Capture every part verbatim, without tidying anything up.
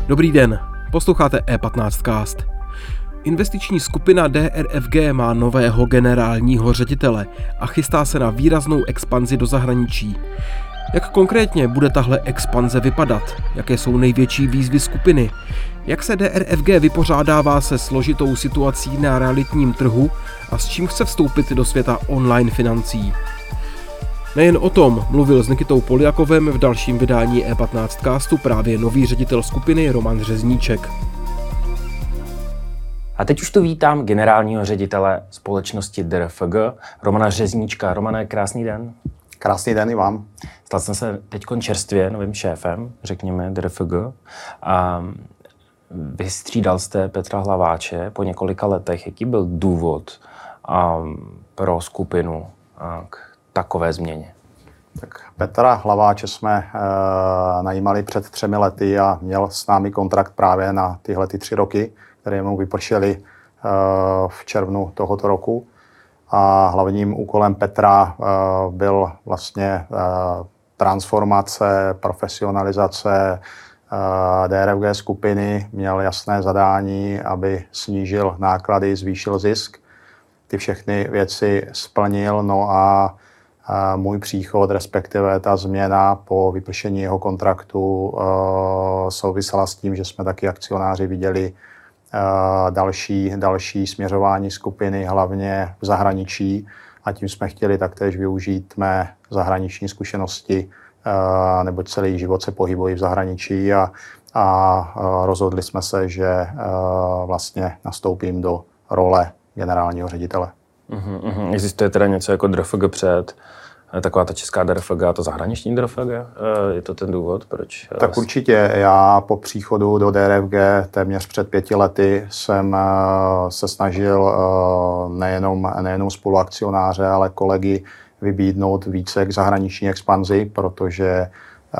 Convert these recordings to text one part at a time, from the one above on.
Dobrý den, posloucháte E patnáct Cast. Investiční skupina D R F G má nového generálního ředitele a chystá se na výraznou expanzi do zahraničí. Jak konkrétně bude tahle expanze vypadat? Jaké jsou největší výzvy skupiny? Jak se D R F G vypořádává se složitou situací na realitním trhu a s čím chce vstoupit do světa online financí? Nejen o tom mluvil s Nikitou Poljakovem v dalším vydání E patnáct Castu právě nový ředitel skupiny Roman Řezníček. A teď už tu vítám generálního ředitele společnosti D R F G, Romana Řezníčka. Romane, krásný den. Krásný den i vám. Stal jsem se teď čerstvě novým šéfem, řekněme, D R F G. A vystřídal jste Petra Hlaváče po několika letech. Jaký byl důvod pro skupinu k takové změně? Tak Petra Hlaváče jsme e, najímali před třemi lety a měl s námi kontrakt právě na tyhle ty tři roky, které mu vypršely e, v červnu tohoto roku. A hlavním úkolem Petra e, byl vlastně e, transformace, profesionalizace e, D R F G skupiny. Měl jasné zadání, aby snížil náklady, zvýšil zisk. Ty všechny věci splnil, no a A můj příchod, respektive ta změna po vypršení jeho kontraktu uh, souvisela s tím, že jsme taky akcionáři viděli uh, další, další směřování skupiny, hlavně v zahraničí, a tím jsme chtěli taktéž využít mé zahraniční zkušenosti, uh, neboť celý život se pohybuji v zahraničí a, a uh, rozhodli jsme se, že uh, vlastně nastoupím do role generálního ředitele. Uhum, uhum. Existuje teda něco jako D R F G před, taková ta česká D R F G a to zahraniční D R F G? Je to ten důvod, proč? Tak určitě. Já po příchodu do D R F G téměř před pěti lety jsem se snažil nejenom, nejenom spoluakcionáře, ale kolegy vybídnout více k zahraniční expanzi, protože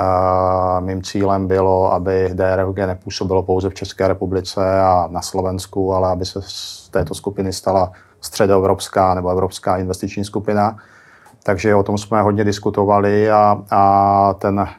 mým cílem bylo, aby D R F G nepůsobilo pouze v České republice a na Slovensku, ale aby se z této skupiny stala středoevropská nebo evropská investiční skupina. Takže o tom jsme hodně diskutovali a, a ten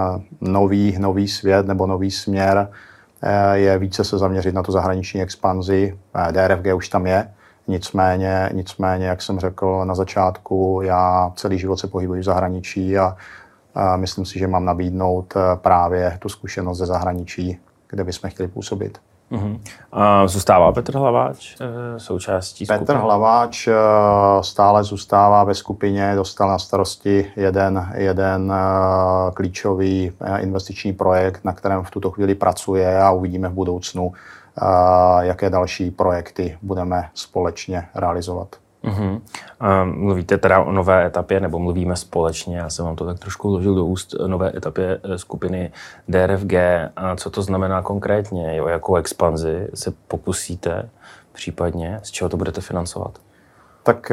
nový, nový svět nebo nový směr je více se zaměřit na tu zahraniční expanzi. D R F G už tam je, nicméně, nicméně, jak jsem řekl na začátku, já celý život se pohybuji v zahraničí a, a myslím si, že mám nabídnout právě tu zkušenost ze zahraničí, kde bychom chtěli působit. Uh-huh. A zůstává Petr Hlaváč součástí skupiny? Petr Hlaváč stále zůstává ve skupině, dostal na starosti jeden, jeden klíčový investiční projekt, na kterém v tuto chvíli pracuje, a uvidíme v budoucnu, jaké další projekty budeme společně realizovat. Uh-huh. Mluvíte teda o nové etapě, nebo mluvíme společně, já jsem vám to tak trošku vložil do úst, nové etapě skupiny D R F G. A co to znamená konkrétně? O jakou expanzi se pokusíte případně? Z čeho to budete financovat? Tak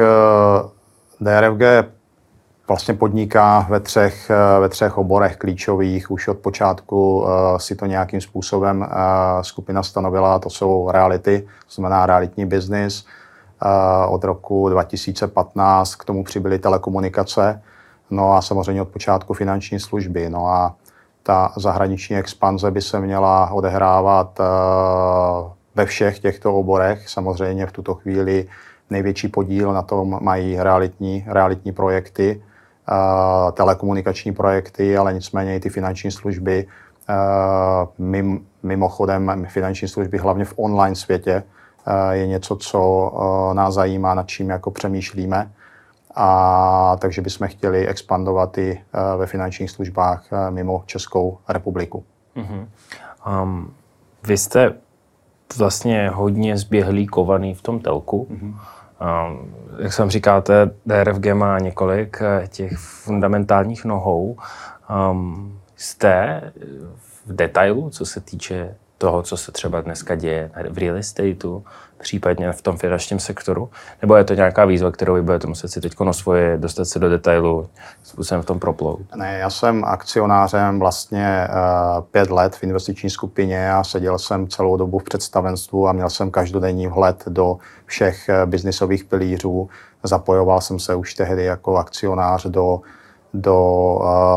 D R F G vlastně podniká ve třech, ve třech oborech klíčových. Už od počátku si to nějakým způsobem skupina stanovila. To jsou reality, to znamená realitní biznis. Od roku dva tisíce patnáct k tomu přibyly telekomunikace, no a samozřejmě od počátku finanční služby. No a ta zahraniční expanze by se měla odehrávat ve všech těchto oborech. Samozřejmě v tuto chvíli největší podíl na tom mají realitní, realitní projekty, telekomunikační projekty, ale nicméně i ty finanční služby. Mimochodem finanční služby hlavně v online světě je něco, co nás zajímá, nad čím jako přemýšlíme. A takže bychom chtěli expandovat i ve finančních službách mimo Českou republiku. Uh-huh. Um, vy jste vlastně hodně zběhlý, kovaný v tom telku. Uh-huh. Um, jak jsem říkáte, D R F G má několik těch fundamentálních nohou. Um, jste v detailu, co se týče toho, co se třeba dneska děje v real estateu, případně v tom finančním sektoru? Nebo je to nějaká výzva, kterou vy budete muset si teď osvojit, dostat se do detailu, způsobem v tom proplout? Ne, já jsem akcionářem vlastně uh, pět let v investiční skupině a seděl jsem celou dobu v představenstvu a měl jsem každodenní vhled do všech uh, biznisových pilířů. Zapojoval jsem se už tehdy jako akcionář do do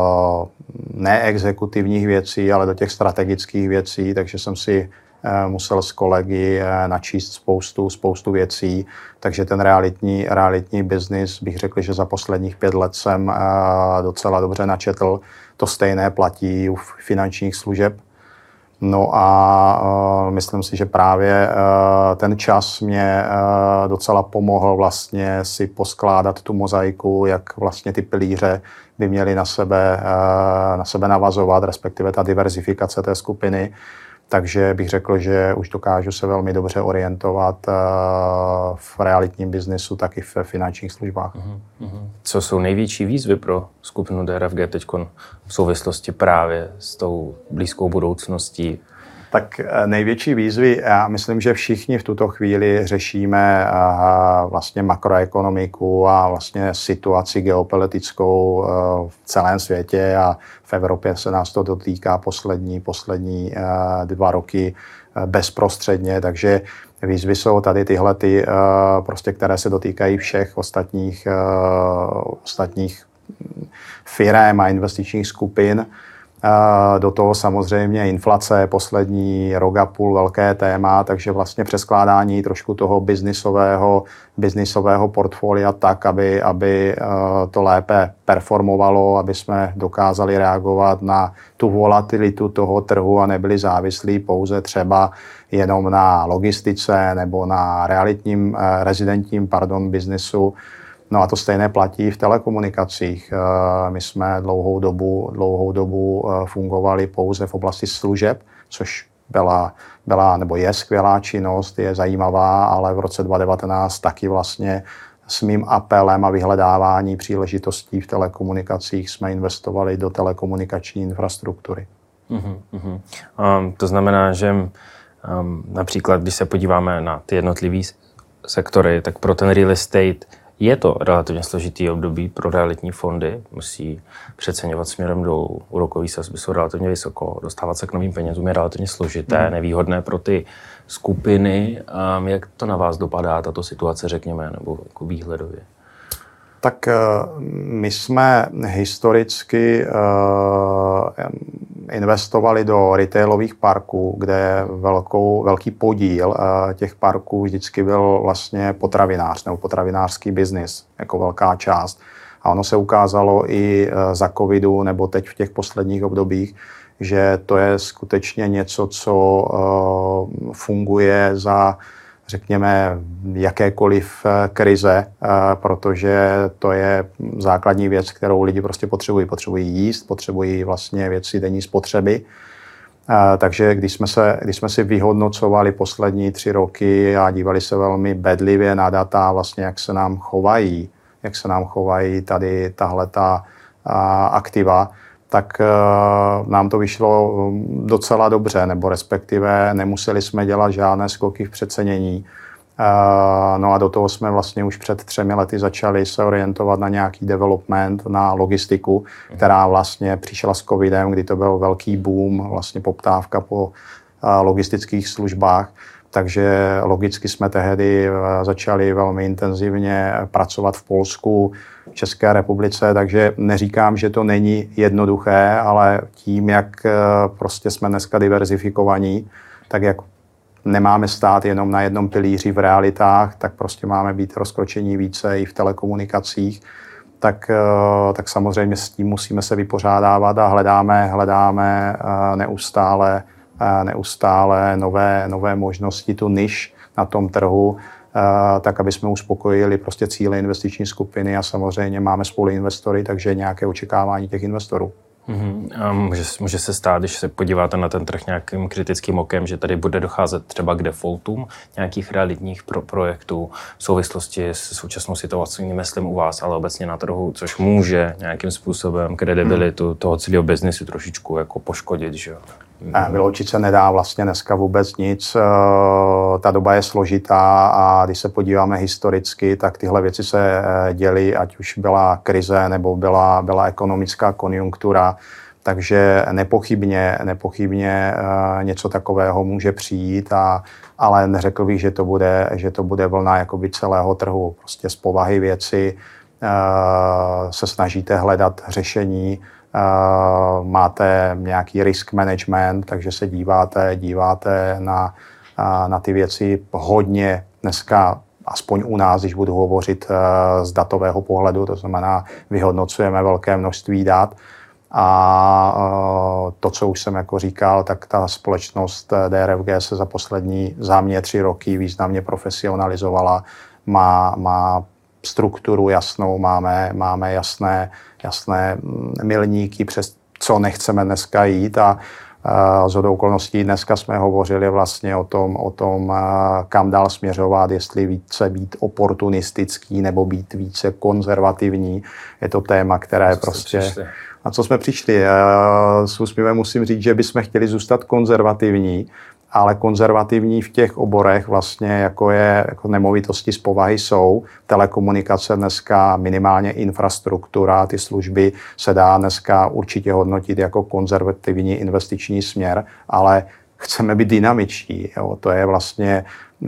neexekutivních věcí, ale do těch strategických věcí, takže jsem si musel s kolegy načíst spoustu, spoustu věcí, takže ten realitní, realitní biznis bych řekl, že za posledních pět let jsem docela dobře načetl. To stejné platí u finančních služeb. No a uh, myslím si, že právě uh, ten čas mě uh, docela pomohl vlastně si poskládat tu mozaiku, jak vlastně ty pilíře by měly na sebe, uh, na sebe navazovat, respektive ta diverzifikace té skupiny. Takže bych řekl, že už dokážu se velmi dobře orientovat uh, v realitním biznesu, tak i v finančních službách. Uh-huh. Co jsou největší výzvy pro skupinu D R F G teď v souvislosti právě s tou blízkou budoucností? Tak největší výzvy, já myslím, že všichni v tuto chvíli řešíme vlastně makroekonomiku a vlastně situaci geopolitickou v celém světě a v Evropě se nás to dotýká poslední, poslední dva roky bezprostředně, takže výzvy jsou tady tyhle, ty, prostě, které se dotýkají všech ostatních, ostatních firem a investičních skupin. Do toho samozřejmě inflace, poslední rok a půl velké téma, takže vlastně přeskládání trošku toho biznisového, biznisového portfolia tak, aby, aby to lépe performovalo, aby jsme dokázali reagovat na tu volatilitu toho trhu a nebyli závislí pouze třeba jenom na logistice nebo na realitním, rezidentním pardon, biznisu. No a to stejné platí v telekomunikacích. My jsme dlouhou dobu, dlouhou dobu fungovali pouze v oblasti služeb, což byla, byla nebo je skvělá činnost, je zajímavá, ale v roce dva tisíce devatenáct taky vlastně s mým apelem a vyhledávání příležitostí v telekomunikacích jsme investovali do telekomunikační infrastruktury. Uh-huh, uh-huh. Um, to znamená, že um, například, když se podíváme na ty jednotlivé sektory, tak pro ten real estate je to relativně složitý období pro realitní fondy. Musí přeceňovat směrem dolů. Úrokové sazby jsou relativně vysoko. Dostávat se k novým penězům je relativně složité, nevýhodné pro ty skupiny. Um, jak to na vás dopadá, tato situace, řekněme, nebo jako výhledově? Tak my jsme historicky investovali do retailových parků, kde velkou, velký podíl těch parků vždycky byl vlastně potravinář nebo potravinářský biznis jako velká část. A ono se ukázalo i za covidu nebo teď v těch posledních obdobích, že to je skutečně něco, co funguje za řekněme, jakékoliv krize, protože to je základní věc, kterou lidi prostě potřebují. Potřebují jíst, potřebují vlastně věci denní spotřeby. Takže když jsme, se, když jsme si vyhodnocovali poslední tři roky a dívali se velmi bedlivě na data, vlastně jak se nám chovají, jak se nám chovají tady tahleta aktiva, tak nám to vyšlo docela dobře, nebo respektive nemuseli jsme dělat žádné skoky v přecenění. No a do toho jsme vlastně už před třemi lety začali se orientovat na nějaký development, na logistiku, která vlastně přišla s covidem, kdy to byl velký boom, vlastně poptávka po logistických službách. Takže logicky jsme tehdy začali velmi intenzivně pracovat v Polsku, v České republice, takže neříkám, že to není jednoduché, ale tím, jak prostě jsme dneska diverzifikovaní, tak jak nemáme stát jenom na jednom pilíři v realitách, tak prostě máme být rozkročení více i v telekomunikacích, tak, tak samozřejmě s tím musíme se vypořádávat a hledáme, hledáme neustále neustále nové, nové možnosti, tu niž na tom trhu, tak, aby jsme uspokojili prostě cíle investiční skupiny a samozřejmě máme spoluinvestory, takže nějaké očekávání těch investorů. Mm-hmm. A může, může se stát, když se podíváte na ten trh nějakým kritickým okem, že tady bude docházet třeba k defaultům nějakých realitních pro projektů v souvislosti s současnou situací, nemyslím u vás, ale obecně na trhu, což může nějakým způsobem kredibilitu hmm. toho celého biznesu trošičku jako poškodit, že jo? Vyloučit se nedá vlastně dneska vůbec nic. Ta doba je složitá a když se podíváme historicky, tak tyhle věci se děly, ať už byla krize nebo byla, byla ekonomická konjunktura. Takže nepochybně, nepochybně něco takového může přijít, a, ale neřekl bych, že to bude, že to bude vlna jakoby celého trhu. Prostě z povahy věci se snažíte hledat řešení, máte nějaký risk management, takže se díváte, díváte na, na ty věci hodně dneska, aspoň u nás, když budu hovořit z datového pohledu, to znamená, vyhodnocujeme velké množství dat. A to, co už jsem jako říkal, tak ta společnost D R F G se za poslední, za mě tři roky významně profesionalizovala, má, má strukturu jasnou, máme, máme jasné, jasné milníky, přes co nechceme dneska jít a shodou okolností dneska jsme hovořili vlastně o tom, o tom, kam dál směřovat, jestli více být oportunistický nebo být více konzervativní. Je to téma, které prostě... Na co jsme přišli? S úsměvem musím říct, že bychom chtěli zůstat konzervativní, ale konzervativní v těch oborech vlastně jako je jako nemovitosti z povahy jsou. Telekomunikace dneska, minimálně infrastruktura, ty služby se dá dneska určitě hodnotit jako konzervativní investiční směr, ale chceme být dynamičtí. Jo. To je vlastně e,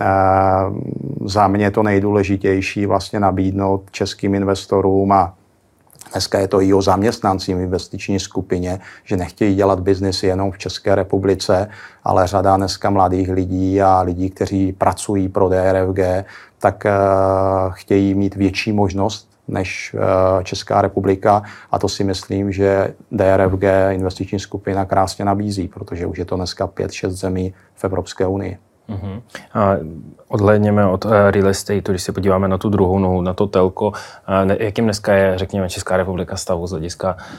za mě to nejdůležitější vlastně nabídnout českým investorům a dneska je to i o zaměstnancích v investiční skupině, že nechtějí dělat biznis jenom v České republice, ale řada dneska mladých lidí a lidí, kteří pracují pro D R F G, tak uh, chtějí mít větší možnost než uh, Česká republika a to si myslím, že D R F G investiční skupina krásně nabízí, protože už je to dneska pět šest zemí v Evropské unii. Uh-huh. A odhlédněme od uh, real estateu, když se podíváme na tu druhou nohu, na to telko, uh, ne, jakým dneska je, řekněme, Česká republika stavu z hlediska uh,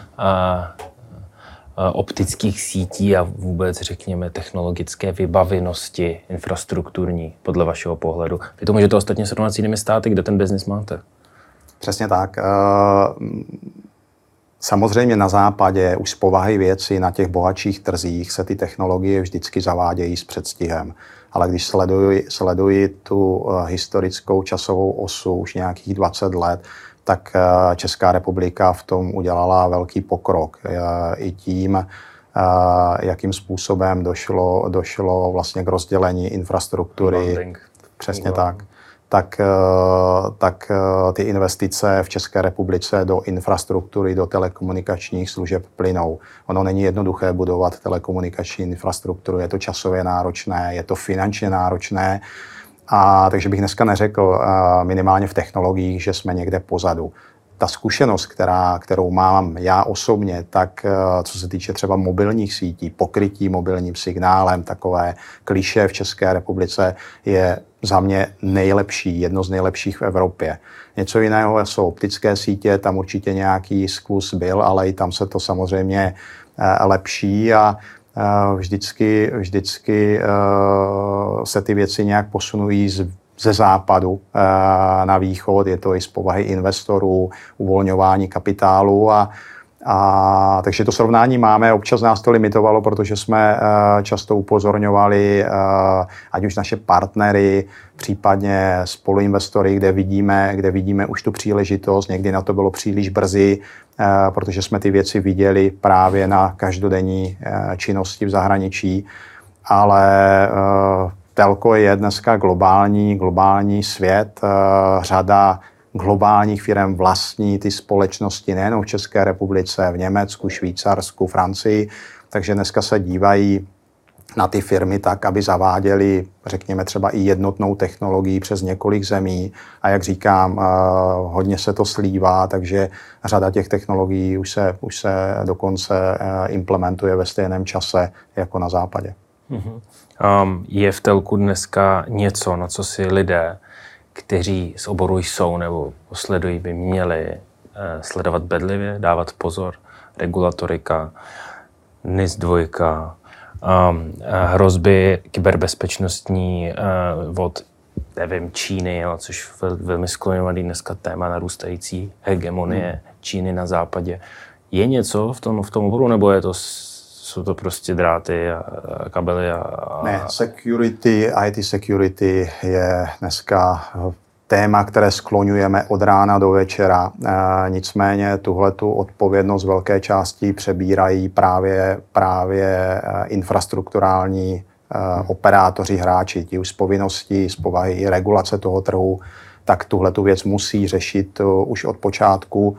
uh, optických sítí a vůbec, řekněme, technologické vybavenosti infrastrukturní, podle vašeho pohledu. Vy to můžete ostatně srovnat s jinými státy, kde ten biznis máte? Přesně tak. Uh... Samozřejmě na západě už z povahy věci na těch bohatších trzích se ty technologie vždycky zavádějí s předstihem. Ale když sleduji, sleduji tu historickou časovou osu už nějakých dvacet let, tak Česká republika v tom udělala velký pokrok. I tím, jakým způsobem došlo, došlo vlastně k rozdělení infrastruktury. Banding. Přesně tak. Tak, tak ty investice v České republice do infrastruktury, do telekomunikačních služeb plynou. Ono není jednoduché budovat telekomunikační infrastrukturu, je to časově náročné, je to finančně náročné, a takže bych dneska neřekl minimálně v technologiích, že jsme někde pozadu. Ta zkušenost, která, kterou mám já osobně, tak co se týče třeba mobilních sítí, pokrytí mobilním signálem, takové klišé v České republice je za mě nejlepší, jedno z nejlepších v Evropě. Něco jiného jsou optické sítě, tam určitě nějaký skluz byl, ale i tam se to samozřejmě lepší a vždycky, vždycky se ty věci nějak posunují z ze západu na východ, je to i z povahy investorů, uvolňování kapitálu a, a takže to srovnání máme. Občas nás to limitovalo, protože jsme často upozorňovali ať už naše partnery, případně spoluinvestory, kde vidíme, kde vidíme už tu příležitost. Někdy na to bylo příliš brzy, protože jsme ty věci viděli právě na každodenní činnosti v zahraničí, ale telko je dneska globální, globální svět, řada globálních firm vlastní ty společnosti nejen v České republice, v Německu, Švýcarsku, Francii, takže dneska se dívají na ty firmy tak, aby zaváděly, řekněme, třeba i jednotnou technologii přes několik zemí a jak říkám, hodně se to slívá, takže řada těch technologií už se, už se dokonce implementuje ve stejném čase jako na západě. Mm-hmm. Um, je v telku dneska něco, na co si lidé, kteří z oboru jsou nebo sledují, by měli eh, sledovat bedlivě, dávat pozor, regulatorika, N I S dva, um, hrozby kyberbezpečnostní uh, od, nevím, Číny, jo, což vel, velmi skloňovaný dneska téma narůstající hegemonie hmm. Číny na západě. Je něco v tom, v tom oboru, nebo je to jsou to prostě dráty a kabely? A... Ne, security, I T security je dneska téma, které skloňujeme od rána do večera. E, nicméně tuhletu odpovědnost velké části přebírají právě, právě infrastrukturální e, operátoři, hráči, ti už z povinností, z povahy regulace toho trhu, tak tuhle tu věc musí řešit už od počátku.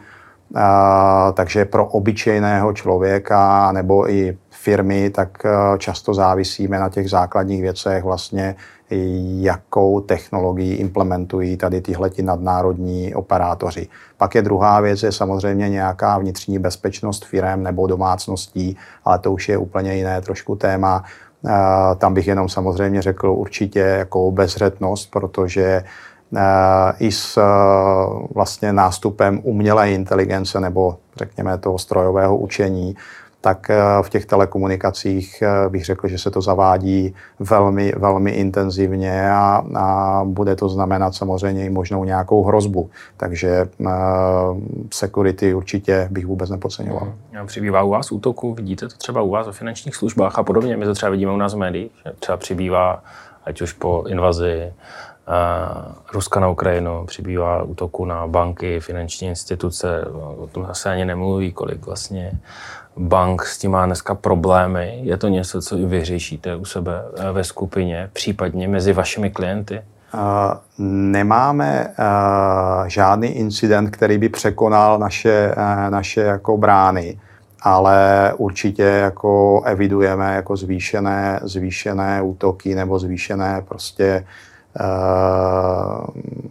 Takže pro obyčejného člověka nebo i firmy, tak často závisíme na těch základních věcech vlastně, jakou technologii implementují tady tyhleti nadnárodní operátoři. Pak je druhá věc, je samozřejmě nějaká vnitřní bezpečnost firem nebo domácností, ale to už je úplně jiné trošku téma. Tam bych jenom samozřejmě řekl určitě jako obezřetnost, protože i s vlastně nástupem umělé inteligence nebo řekněme toho strojového učení, tak v těch telekomunikacích bych řekl, že se to zavádí velmi, velmi intenzivně a, a bude to znamenat samozřejmě i možnou nějakou hrozbu. Takže uh, security určitě bych vůbec nepodceňoval. Hmm. Přibývá u vás útoků, vidíte to třeba u vás o finančních službách a podobně. My to třeba vidíme u nás v médiích, že třeba přibývá, ať už po invazi Uh, Ruska na Ukrajinu, přibývá útoku na banky, finanční instituce, o tom zase ani nemluví, kolik vlastně bank s tím má dneska problémy. Je to něco, co i vy řešíte u sebe ve skupině, případně mezi vašimi klienty? Uh, nemáme uh, žádný incident, který by překonal naše, uh, naše jako brány, ale určitě jako evidujeme jako zvýšené, zvýšené útoky nebo zvýšené prostě Uh,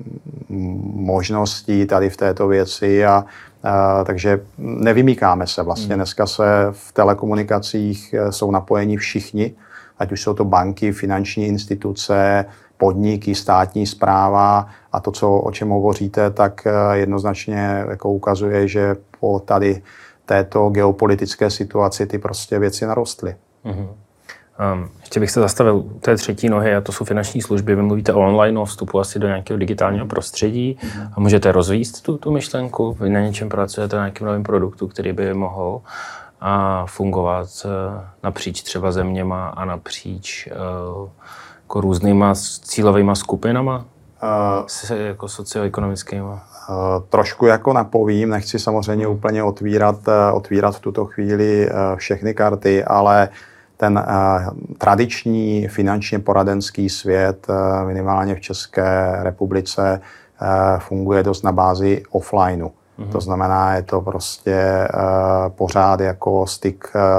možností tady v této věci a uh, takže nevymýkáme se vlastně. Dneska se v telekomunikacích jsou napojeni všichni, ať už jsou to banky, finanční instituce, podniky, státní správa a to, co, o čem hovoříte, tak jednoznačně jako ukazuje, že po tady této geopolitické situaci ty prostě věci narostly. Mm-hmm. Um, ještě bych se zastavil té třetí nohy, a to jsou finanční služby. Vy mluvíte o online, o vstupu asi do nějakého digitálního prostředí a můžete rozvíjet tu, tu myšlenku. Vy na něčem pracujete, na nějakém novém produktu, který by mohl a fungovat uh, napříč třeba zeměma a napříč uh, jako různýma cílovýma skupinama, uh, s, jako socioekonomickýma. Uh, trošku jako napovím, nechci samozřejmě hmm. úplně otvírat, uh, otvírat v tuto chvíli uh, všechny karty, ale ten uh, tradiční finančně poradenský svět, uh, minimálně v České republice, uh, funguje dost na bázi offlineu. Mm-hmm. To znamená, je to prostě uh, pořád jako styk uh,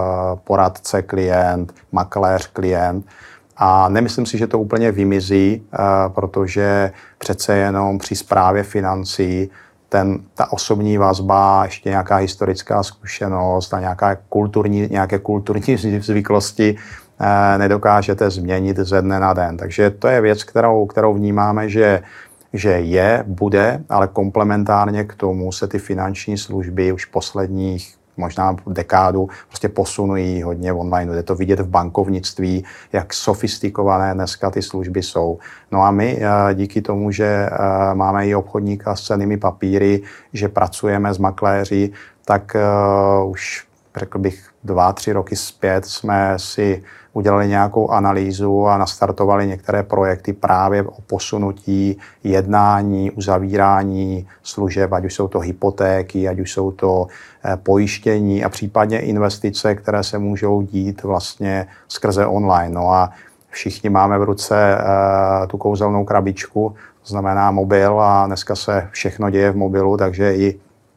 poradce klient, makléř klient. A nemyslím si, že to úplně vymizí, uh, protože přece jenom při správě financí ten, ta osobní vazba, ještě nějaká historická zkušenost a nějaká kulturní, nějaké kulturní zvyklosti eh, nedokážete změnit ze dne na den. Takže to je věc, kterou, kterou vnímáme, že, že je, bude, ale komplementárně k tomu se ty finanční služby už posledních možná dekádu prostě posunují hodně online. Jde to vidět v bankovnictví, jak sofistikované dneska ty služby jsou. No a my díky tomu, že máme i obchodníka s cennými papíry, že pracujeme s makléři, tak už řekl bych dva, tři roky zpět jsme si udělali nějakou analýzu a nastartovali některé projekty právě o posunutí jednání, uzavírání služeb, ať už jsou to hypotéky, ať už jsou to pojištění a případně investice, které se můžou dít vlastně skrze online. No a všichni máme v ruce uh, tu kouzelnou krabičku, to znamená mobil a dneska se všechno děje v mobilu, takže i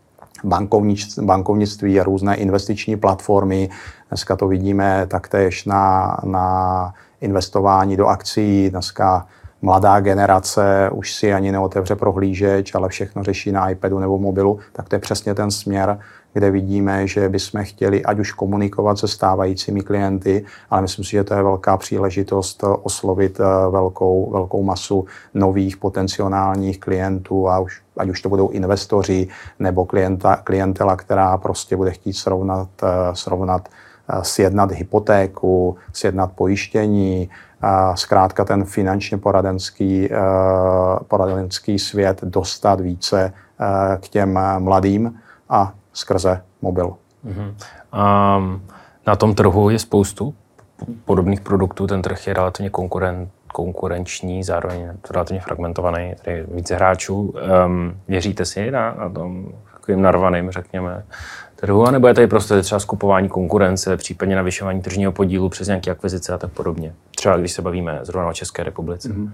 bankovnictví a různé investiční platformy. Dneska to vidíme taktéž na, na investování do akcií. Dneska mladá generace už si ani neotevře prohlížeč, ale všechno řeší na iPadu nebo mobilu. Tak to je přesně ten směr, kde vidíme, že bychom chtěli ať už komunikovat se stávajícími klienty, ale myslím si, že to je velká příležitost oslovit velkou, velkou masu nových potenciálních klientů, a už, ať už to budou investoři nebo klienta, klientela, která prostě bude chtít srovnat, srovnat sjednat hypotéku, sjednat pojištění, zkrátka ten finančně poradenský, poradenský svět dostat více k těm mladým a skrze mobil. Mm-hmm. Um, na tom trhu je spoustu podobných produktů, ten trh je relativně konkuren, konkurenční, zároveň relativně fragmentovaný, tedy více hráčů. Um, věříte si na, na tom takovým narvaným, řekněme, trhu, anebo je tady prostě třeba skupování konkurence, případně navyšování tržního podílu přes nějaké akvizice a tak podobně? Třeba když se bavíme zrovna o České republice. Mm-hmm.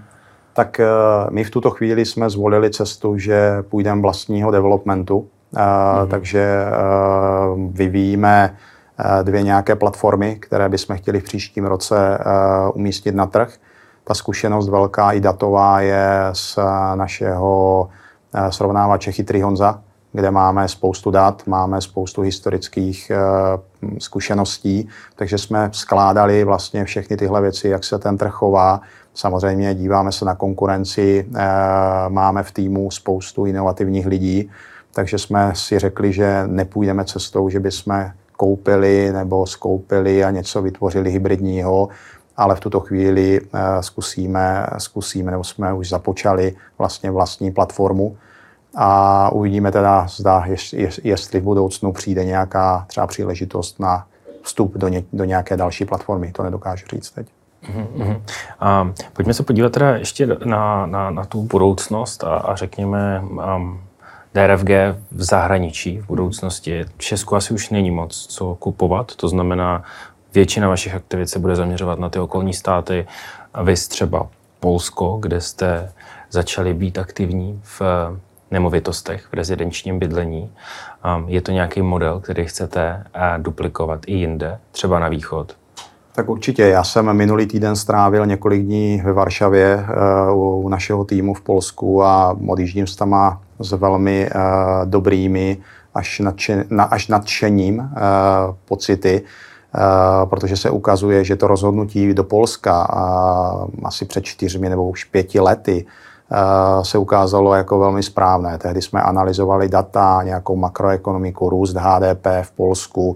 Tak my v tuto chvíli jsme zvolili cestu, že půjdeme vlastního developmentu, mm-hmm. takže vyvíjíme dvě nějaké platformy, které bychom chtěli v příštím roce umístit na trh. Ta zkušenost velká i datová je z našeho srovnávače Chytrý Honza, kde máme spoustu dat, máme spoustu historických zkušeností, takže jsme skládali vlastně všechny tyhle věci, jak se ten trh chová. Samozřejmě díváme se na konkurenci, máme v týmu spoustu inovativních lidí, takže jsme si řekli, že nepůjdeme cestou, že bychom koupili nebo skoupili a něco vytvořili hybridního, ale v tuto chvíli zkusíme, zkusíme nebo jsme už započali vlastně vlastní platformu a uvidíme teda, zda jestli v budoucnu přijde nějaká třeba příležitost na vstup do, ně, do nějaké další platformy. To nedokážu říct teď. Mm-hmm. A pojďme se podívat teda ještě na, na, na tu budoucnost a, a řekněme um, D R F G v zahraničí v budoucnosti. V Česku asi už není moc co kupovat, to znamená, většina vašich aktivit se bude zaměřovat na ty okolní státy. A vy třeba Polsko, kde jste začali být aktivní v nemovitostech, v rezidenčním bydlení. Je to nějaký model, který chcete duplikovat i jinde, třeba na východ? Tak určitě. Já jsem minulý týden strávil několik dní ve Varšavě u našeho týmu v Polsku a odjíždím s tama s velmi dobrými až, nadšen, až nadšením pocity, protože se ukazuje, že to rozhodnutí do Polska asi před čtyřmi nebo už pěti lety se ukázalo jako velmi správné. Tehdy jsme analyzovali data, nějakou makroekonomiku, růst H D P v Polsku,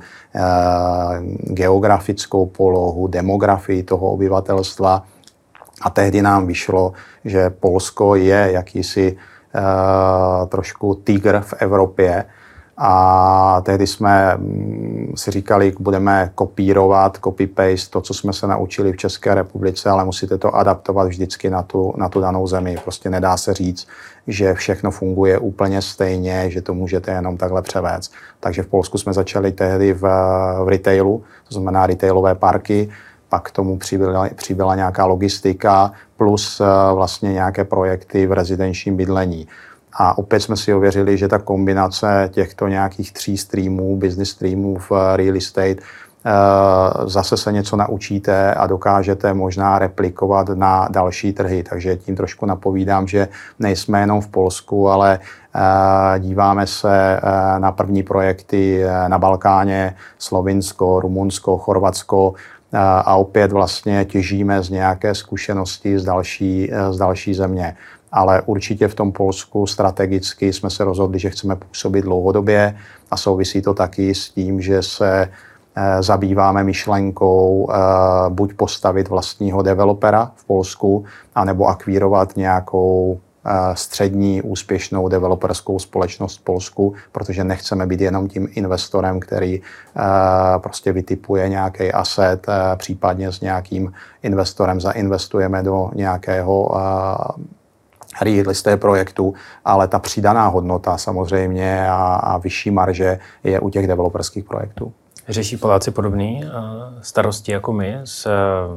geografickou polohu, demografii toho obyvatelstva a tehdy nám vyšlo, že Polsko je jakýsi trošku tygr v Evropě. A tehdy jsme si říkali, budeme kopírovat, copy-paste to, co jsme se naučili v České republice, ale musíte to adaptovat vždycky na tu, na tu danou zemi. Prostě nedá se říct, že všechno funguje úplně stejně, že to můžete jenom takhle převést. Takže v Polsku jsme začali tehdy v, v retailu, to znamená retailové parky, pak k tomu přibyla, přibyla nějaká logistika plus vlastně nějaké projekty v rezidenčním bydlení. A opět jsme si ověřili, že ta kombinace těchto nějakých tří streamů, business streamů v real estate, zase se něco naučíte a dokážete možná replikovat na další trhy. Takže tím trošku napovídám, že nejsme jenom v Polsku, ale díváme se na první projekty na Balkáně, Slovinsko, Rumunsko, Chorvatsko, a opět vlastně těžíme z nějaké zkušenosti z další, z další země. Ale určitě v tom Polsku strategicky jsme se rozhodli, že chceme působit dlouhodobě a souvisí to taky s tím, že se zabýváme myšlenkou buď postavit vlastního developera v Polsku, anebo akvírovat nějakou střední úspěšnou developerskou společnost v Polsku, protože nechceme být jenom tím investorem, který prostě vytipuje nějaký asset, případně s nějakým investorem zainvestujeme do nějakého real estate projektu, ale ta přidaná hodnota samozřejmě a, a vyšší marže je u těch developerských projektů. Řeší Poláci podobný starosti jako my s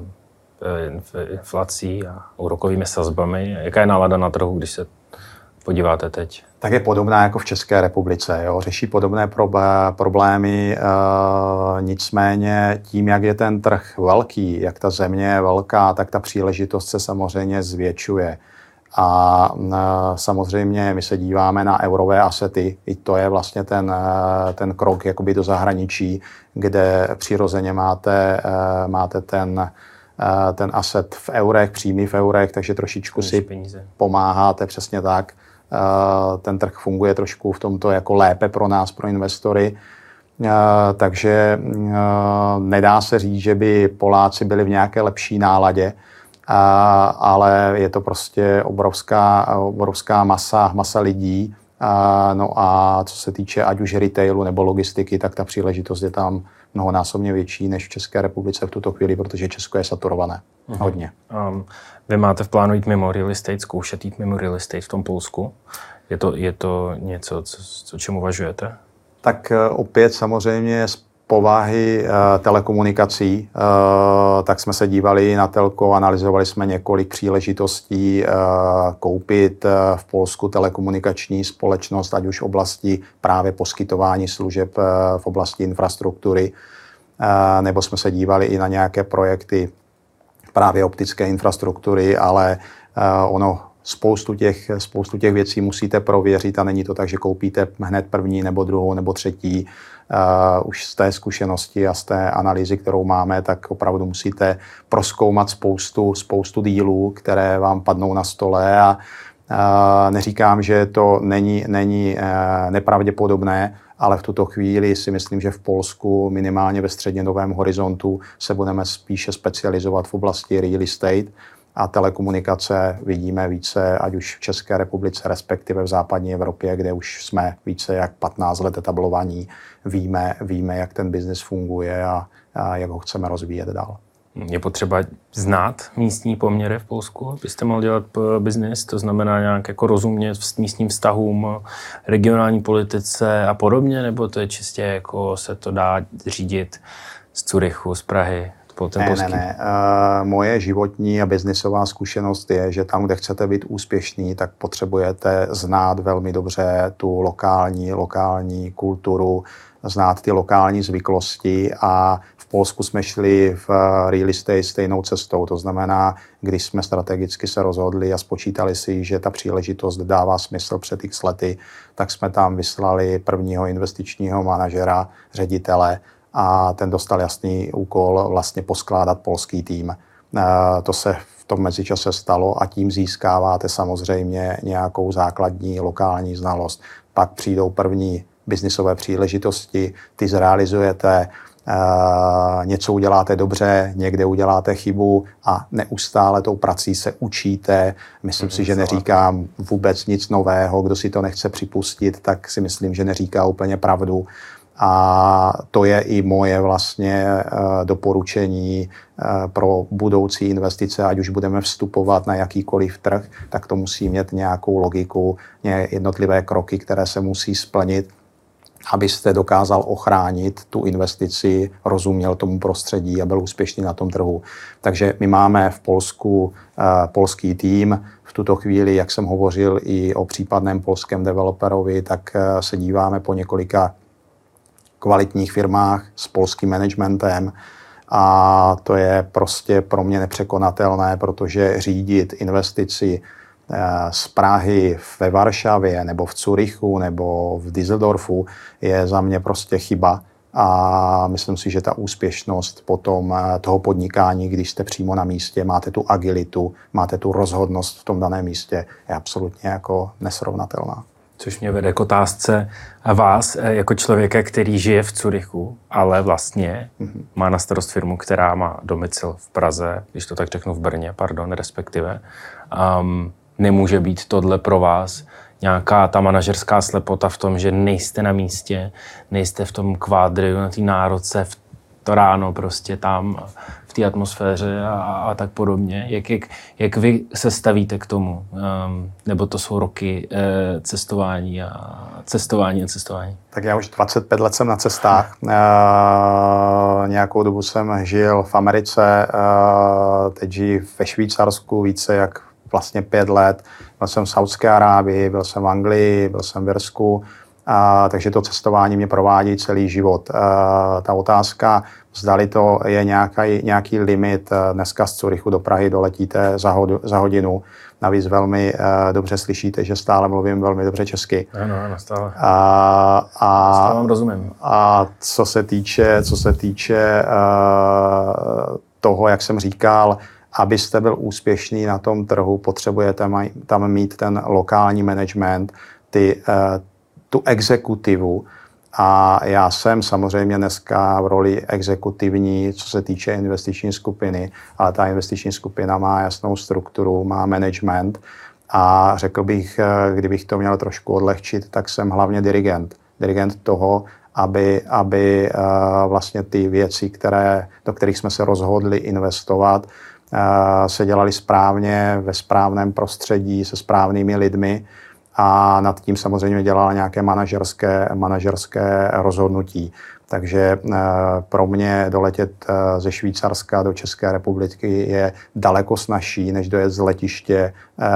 inflací a úrokovými sazbami? Jaká je nálada na trhu, když se podíváte teď? Tak je podobná jako v České republice. Jo. Řeší podobné problémy, e, nicméně tím, jak je ten trh velký, jak ta země je velká, tak ta příležitost se samozřejmě zvětšuje. A samozřejmě my se díváme na eurové asety, i to je vlastně ten, ten krok jakoby do zahraničí, kde přirozeně máte, máte ten, ten aset v eurech, příjmy v eurech, takže trošičku si peníze pomáháte, přesně tak. Ten trh funguje trošku v tomto jako lépe pro nás, pro investory. Takže nedá se říct, že by Poláci byli v nějaké lepší náladě, Uh, ale je to prostě obrovská, obrovská masa, masa lidí. Uh, no a co se týče ať už retailu nebo logistiky, tak ta příležitost je tam mnohonásobně větší než v České republice v tuto chvíli, protože Česko je saturované uh-huh. hodně. Um, vy máte v plánu jít mimo real estate, zkoušet jít mimo real estate v tom Polsku? Je to, je to něco, co, co čemu uvažujete? Tak opět samozřejmě povahy uh, telekomunikací, uh, tak jsme se dívali na telko, analyzovali jsme několik příležitostí uh, koupit uh, v Polsku telekomunikační společnost, ať už v oblasti právě poskytování služeb uh, v oblasti infrastruktury, uh, nebo jsme se dívali i na nějaké projekty právě optické infrastruktury, ale uh, ono Spoustu těch, spoustu těch věcí musíte prověřit a není to tak, že koupíte hned první nebo druhou nebo třetí. Uh, už z té zkušenosti a z té analýzy, kterou máme, tak opravdu musíte prozkoumat spoustu, spoustu dílů, které vám padnou na stole a uh, neříkám, že to není, není uh, nepravděpodobné, ale v tuto chvíli si myslím, že v Polsku minimálně ve střednědobém horizontu se budeme spíše specializovat v oblasti real estate a telekomunikace vidíme více, ať už v České republice, respektive v západní Evropě, kde už jsme více jak patnáct let etablovaní, víme, víme jak ten biznis funguje a, a jak ho chceme rozvíjet dál. Je potřeba znát místní poměry v Polsku, abyste mohl dělat biznis, to znamená nějak jako rozumět místním vztahům, regionální politice a podobně, nebo to je čistě jako se to dá řídit z Curychu, z Prahy? Ne, ne, ne. Uh, moje životní a biznisová zkušenost je, že tam, kde chcete být úspěšný, tak potřebujete znát velmi dobře tu lokální, lokální kulturu, znát ty lokální zvyklosti a v Polsku jsme šli v real estate stejnou cestou. To znamená, když jsme strategicky se rozhodli a spočítali si, že ta příležitost dává smysl před x lety, tak jsme tam vyslali prvního investičního manažera, ředitele, a ten dostal jasný úkol vlastně poskládat polský tým. To se v tom mezičase stalo a tím získáváte samozřejmě nějakou základní lokální znalost. Pak přijdou první biznisové příležitosti, ty zrealizujete, něco uděláte dobře, někde uděláte chybu a neustále tou prací se učíte. Myslím si, že neříkám vůbec nic nového. Kdo si to nechce připustit, tak si myslím, že neříká úplně pravdu. A to je i moje vlastně doporučení pro budoucí investice, ať už budeme vstupovat na jakýkoliv trh, tak to musí mít nějakou logiku, jednotlivé kroky, které se musí splnit, abyste dokázal ochránit tu investici, rozuměl tomu prostředí a byl úspěšný na tom trhu. Takže my máme v Polsku polský tým. V tuto chvíli, jak jsem hovořil i o případném polském developerovi, tak se díváme po několika kvalitních firmách s polským managementem a to je prostě pro mě nepřekonatelné, protože řídit investici z Prahy ve Varšavě nebo v Curychu nebo v Düsseldorfu je za mě prostě chyba a myslím si, že ta úspěšnost potom toho podnikání, když jste přímo na místě, máte tu agilitu, máte tu rozhodnost v tom daném místě, je absolutně jako nesrovnatelná. Což mě vede k otázce vás, jako člověka, který žije v Curychu, ale vlastně mm-hmm. má na starost firmu, která má domicil v Praze, když to tak řeknu v Brně, pardon, respektive. Um, nemůže být tohle pro vás nějaká ta manažerská slepota v tom, že nejste na místě, nejste v tom kvádriu, na té nároce, v to ráno prostě tam, v té atmosféře a, a tak podobně. Jak, jak, jak vy se stavíte k tomu? Um, nebo to jsou roky eh, cestování a cestování a cestování? Tak já už dvacet pět let jsem na cestách. Uh, nějakou dobu jsem žil v Americe, uh, teď žiji ve Švýcarsku více jak vlastně pět let. Byl jsem v Saudské Arábii, byl jsem v Anglii, byl jsem v Irsku. Uh, takže to cestování mě provádí celý život. Uh, ta otázka, zdali to je nějaký, nějaký limit. Dneska z Curychu do Prahy doletíte za, hod, za hodinu. Navíc velmi uh, dobře slyšíte, že stále mluvím velmi dobře česky. Ano, ano, stále. Uh, a, stále vám rozumím. A co se týče, co se týče uh, toho, jak jsem říkal, abyste byl úspěšný na tom trhu, potřebujete maj, tam mít ten lokální management, ty uh, tu exekutivu a já jsem samozřejmě dneska v roli exekutivní, co se týče investiční skupiny, ale ta investiční skupina má jasnou strukturu, má management a řekl bych, kdybych to měl trošku odlehčit, tak jsem hlavně dirigent. Dirigent toho, aby, aby vlastně ty věci, které, do kterých jsme se rozhodli investovat, se dělaly správně, ve správném prostředí, se správnými lidmi. a nad tím samozřejmě dělala nějaké manažerské, manažerské rozhodnutí. Takže pro mě doletět ze Švýcarska do České republiky je daleko snazší, než dojet z letiště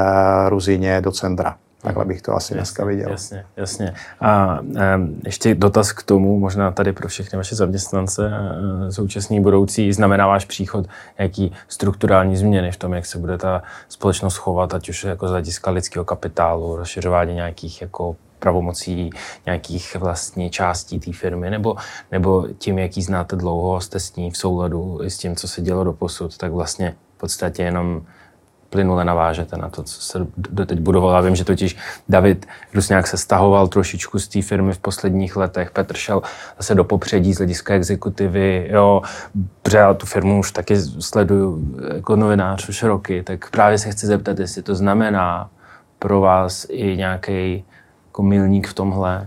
Ruzyně do centra. Takhle bych to asi jasně, dneska viděl. Jasně, jasně. A um, ještě dotaz k tomu, možná tady pro všechny vaše zaměstnance, uh, současný, budoucí, znamená váš příchod nějaký strukturální změny v tom, jak se bude ta společnost chovat, ať už jako z hlediska lidského kapitálu, rozšiřování nějakých jako pravomocí, nějakých vlastně částí té firmy, nebo, nebo tím, jaký znáte dlouho, jste s ní v souladu i s tím, co se dělo doposud, tak vlastně v podstatě jenom plynule navážete na to, co se doteď budovalo. Já vím, že totiž David Rusňák se stahoval trošičku z té firmy v posledních letech. Petr šel zase do popředí z hlediska exekutivy. Jo, protože já tu firmu už taky sleduju jako novinář už roky, tak právě se chci zeptat, jestli to znamená pro vás i nějaký jako milník v tomhle.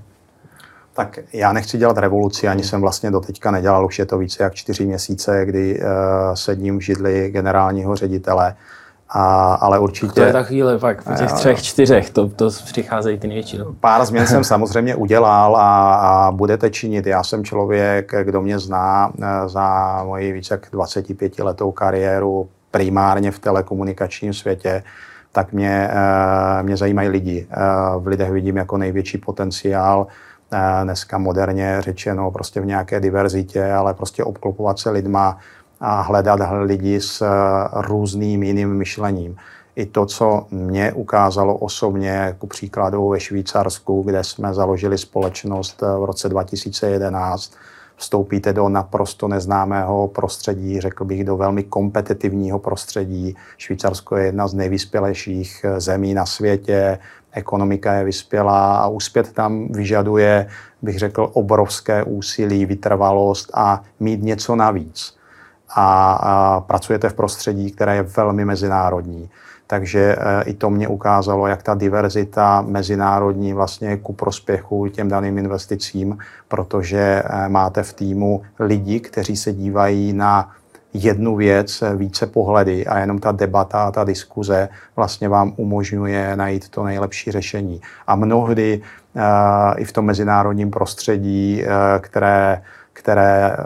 Tak já nechci dělat revoluci, ani jsem vlastně doteďka nedělal, už je to více jak čtyři měsíce, kdy uh, sedím v židli generálního ředitele. A, ale určitě... To je ta chvíle fakt, po těch třech, čtyřech, to, to přicházejí ty největší. No? Pár změn jsem samozřejmě udělal a, a budete činit. Já jsem člověk, kdo mě zná za moji více jak dvacetipětiletou kariéru primárně v telekomunikačním světě, tak mě, mě zajímají lidi. V lidech vidím jako největší potenciál. Dneska moderně řečeno prostě v nějaké diverzitě, ale prostě obklopovat se lidma a hledat lidi s různým jiným myšlením. I to, co mě ukázalo osobně, ku příkladu ve Švýcarsku, kde jsme založili společnost v roce dva tisíce jedenáct, vstoupíte do naprosto neznámého prostředí, řekl bych do velmi kompetitivního prostředí. Švýcarsko je jedna z nejvyspělejších zemí na světě, ekonomika je vyspělá a uspět tam vyžaduje, bych řekl, obrovské úsilí, vytrvalost a mít něco navíc. A, a pracujete v prostředí, které je velmi mezinárodní. Takže e, i to mě ukázalo, jak ta diverzita mezinárodní vlastně je ku prospěchu těm daným investicím, protože e, máte v týmu lidi, kteří se dívají na jednu věc více pohledy a jenom ta debata a ta diskuze vlastně vám umožňuje najít to nejlepší řešení. A mnohdy e, i v tom mezinárodním prostředí, e, které, které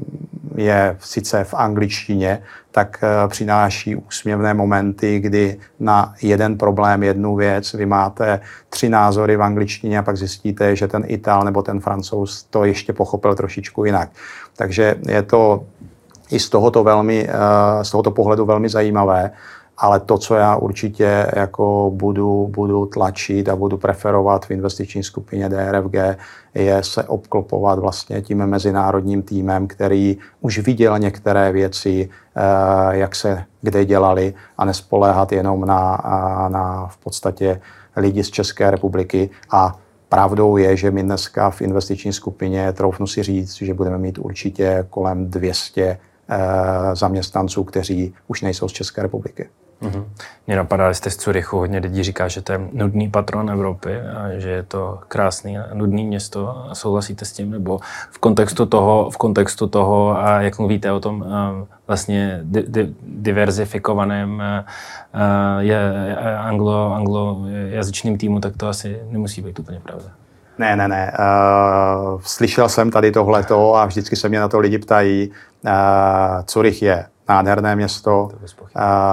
je sice v angličtině, tak přináší úsměvné momenty, kdy na jeden problém, jednu věc, vy máte tři názory v angličtině a pak zjistíte, že ten Ital nebo ten Francouz to ještě pochopil trošičku jinak. Takže je to i z tohoto, velmi, z tohoto pohledu velmi zajímavé, ale to, co já určitě jako budu, budu tlačit a budu preferovat v investiční skupině D R F G, je se obklopovat vlastně tím mezinárodním týmem, který už viděl některé věci, jak se kde dělali a nespoléhat jenom na, na v podstatě lidi z České republiky. A pravdou je, že my dneska v investiční skupině, troufnu si říct, že budeme mít určitě kolem dvě stě zaměstnanců, kteří už nejsou z České republiky. Mm-hmm. Mě napadá, že jste z Curychu, hodně lidí říká, že to je nudný patron Evropy a že je to krásný a nudný město. A souhlasíte s tím? Nebo v kontextu toho, v kontextu toho a jak mluvíte o tom vlastně di, di, diverzifikovaném je anglo, anglojazyčným týmu, tak to asi nemusí být úplně pravda. Ne, ne, ne. Uh, slyšel jsem tady tohleto a vždycky se mě na to lidi ptají. Uh, Curych je nádherné město uh,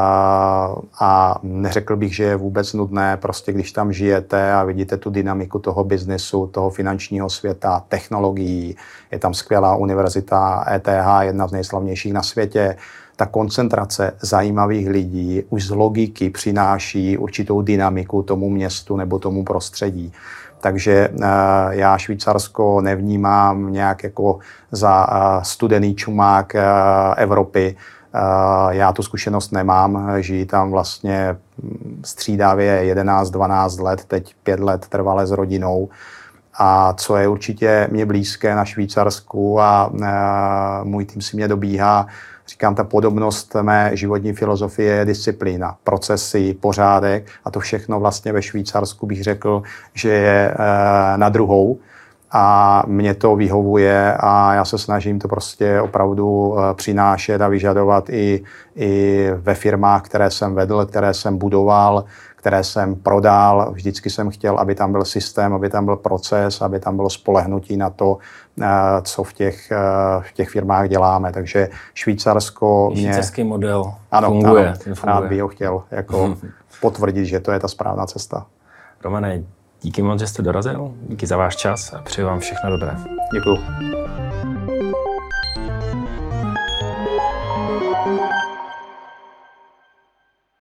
a neřekl bych, že je vůbec nudné, prostě když tam žijete a vidíte tu dynamiku toho biznesu, toho finančního světa, technologií, je tam skvělá univerzita E T H, jedna z nejslavnějších na světě. Ta koncentrace zajímavých lidí už z logiky přináší určitou dynamiku tomu městu nebo tomu prostředí. Takže uh, já Švýcarsko nevnímám nějak jako za uh, studený čumák uh, Evropy. Uh, já tu zkušenost nemám, žiji tam vlastně střídavě jedenáct dvanáct let, teď pět let trvale s rodinou. A co je určitě mě blízké na Švýcarsku a uh, můj tým si mě dobíhá, říkám, ta podobnost mé životní filozofie je disciplína, procesy, pořádek a to všechno vlastně ve Švýcarsku bych řekl, že je na druhou a mě to vyhovuje a já se snažím to prostě opravdu přinášet a vyžadovat i, i ve firmách, které jsem vedl, které jsem budoval, které jsem prodal. Vždycky jsem chtěl, aby tam byl systém, aby tam byl proces, aby tam bylo spolehnutí na to, co v těch, v těch firmách děláme. Takže Švýcarsko mě... Švýcarský model ano, funguje. Ano, funguje. Rád bych ho chtěl jako potvrdit, že to je ta správná cesta. Romane, díky moc, že jste dorazil, díky za váš čas a přeji vám všechno dobré. Děkuju.